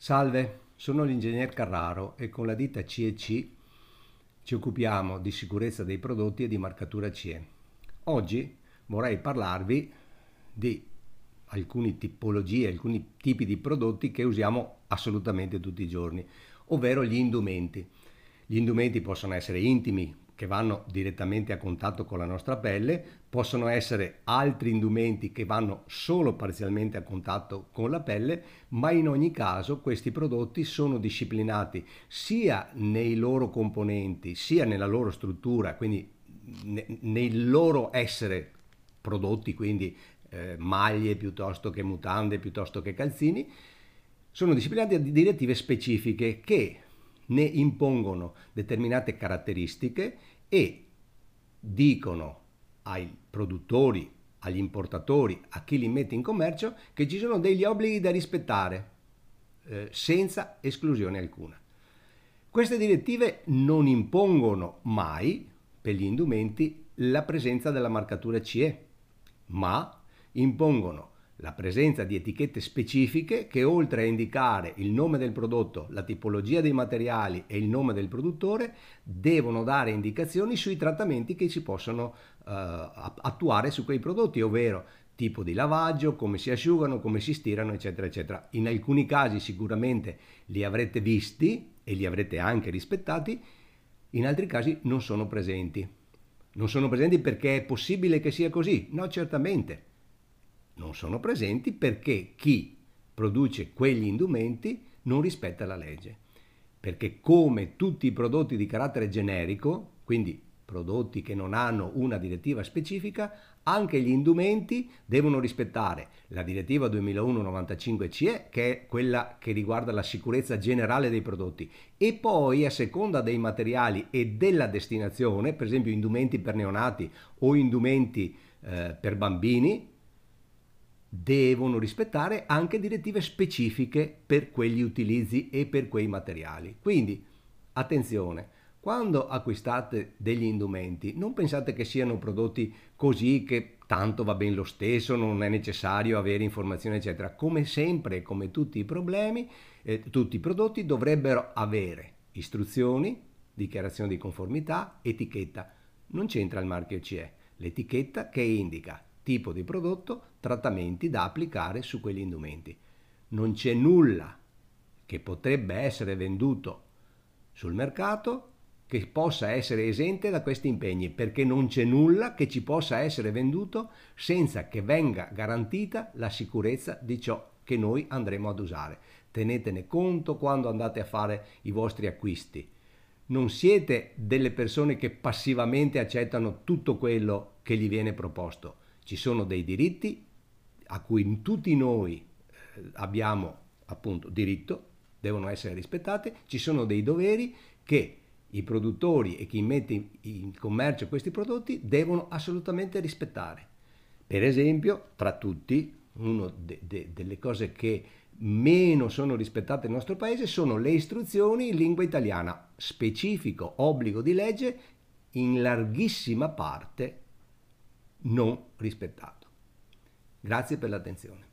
Salve, sono l'ingegner Carraro e con la ditta CEC ci occupiamo di sicurezza dei prodotti e di marcatura CE. Oggi vorrei parlarvi di alcune tipologie, alcuni tipi di prodotti che usiamo assolutamente tutti i giorni, ovvero gli indumenti. Gli indumenti possono essere intimi, che vanno direttamente a contatto con la nostra pelle, possono essere altri indumenti che vanno solo parzialmente a contatto con la pelle, ma in ogni caso questi prodotti sono disciplinati sia nei loro componenti, sia nella loro struttura, quindi nel loro essere prodotti, quindi maglie piuttosto che mutande, piuttosto che calzini, sono disciplinati da direttive specifiche che ne impongono determinate caratteristiche e dicono ai produttori, agli importatori, a chi li mette in commercio, che ci sono degli obblighi da rispettare, senza esclusione alcuna. Queste direttive non impongono mai, per gli indumenti, la presenza della marcatura CE, ma impongono la presenza di etichette specifiche che, oltre a indicare il nome del prodotto, la tipologia dei materiali e il nome del produttore, devono dare indicazioni sui trattamenti che si possono attuare su quei prodotti, ovvero tipo di lavaggio, come si asciugano, come si stirano, eccetera, eccetera. In alcuni casi sicuramente li avrete visti e li avrete anche rispettati, in altri casi non sono presenti. Non sono presenti perché è possibile che sia così? No, certamente. Non sono presenti perché chi produce quegli indumenti non rispetta la legge. Perché come tutti i prodotti di carattere generico, quindi prodotti che non hanno una direttiva specifica, anche gli indumenti devono rispettare la direttiva 2001/95/CE, che è quella che riguarda la sicurezza generale dei prodotti, e poi a seconda dei materiali e della destinazione, per esempio indumenti per neonati o indumenti per bambini, devono rispettare anche direttive specifiche per quegli utilizzi e per quei materiali. Quindi, attenzione, quando acquistate degli indumenti, non pensate che siano prodotti così che tanto va bene lo stesso, non è necessario avere informazioni, eccetera. Come sempre, come tutti i problemi, tutti i prodotti dovrebbero avere istruzioni, dichiarazione di conformità, etichetta. Non c'entra il marchio CE, l'etichetta che indica tipo di prodotto, trattamenti da applicare su quegli indumenti. Non c'è nulla che potrebbe essere venduto sul mercato che possa essere esente da questi impegni, perché non c'è nulla che ci possa essere venduto senza che venga garantita la sicurezza di ciò che noi andremo ad usare. Tenetene conto quando andate a fare i vostri acquisti. Non siete delle persone che passivamente accettano tutto quello che gli viene proposto. Ci sono dei diritti a cui tutti noi abbiamo appunto diritto, devono essere rispettati, ci sono dei doveri che i produttori e chi mette in commercio questi prodotti devono assolutamente rispettare. Per esempio, tra tutti, una delle cose che meno sono rispettate nel nostro paese sono le istruzioni in lingua italiana, specifico obbligo di legge in larghissima parte non rispettato. Grazie per l'attenzione.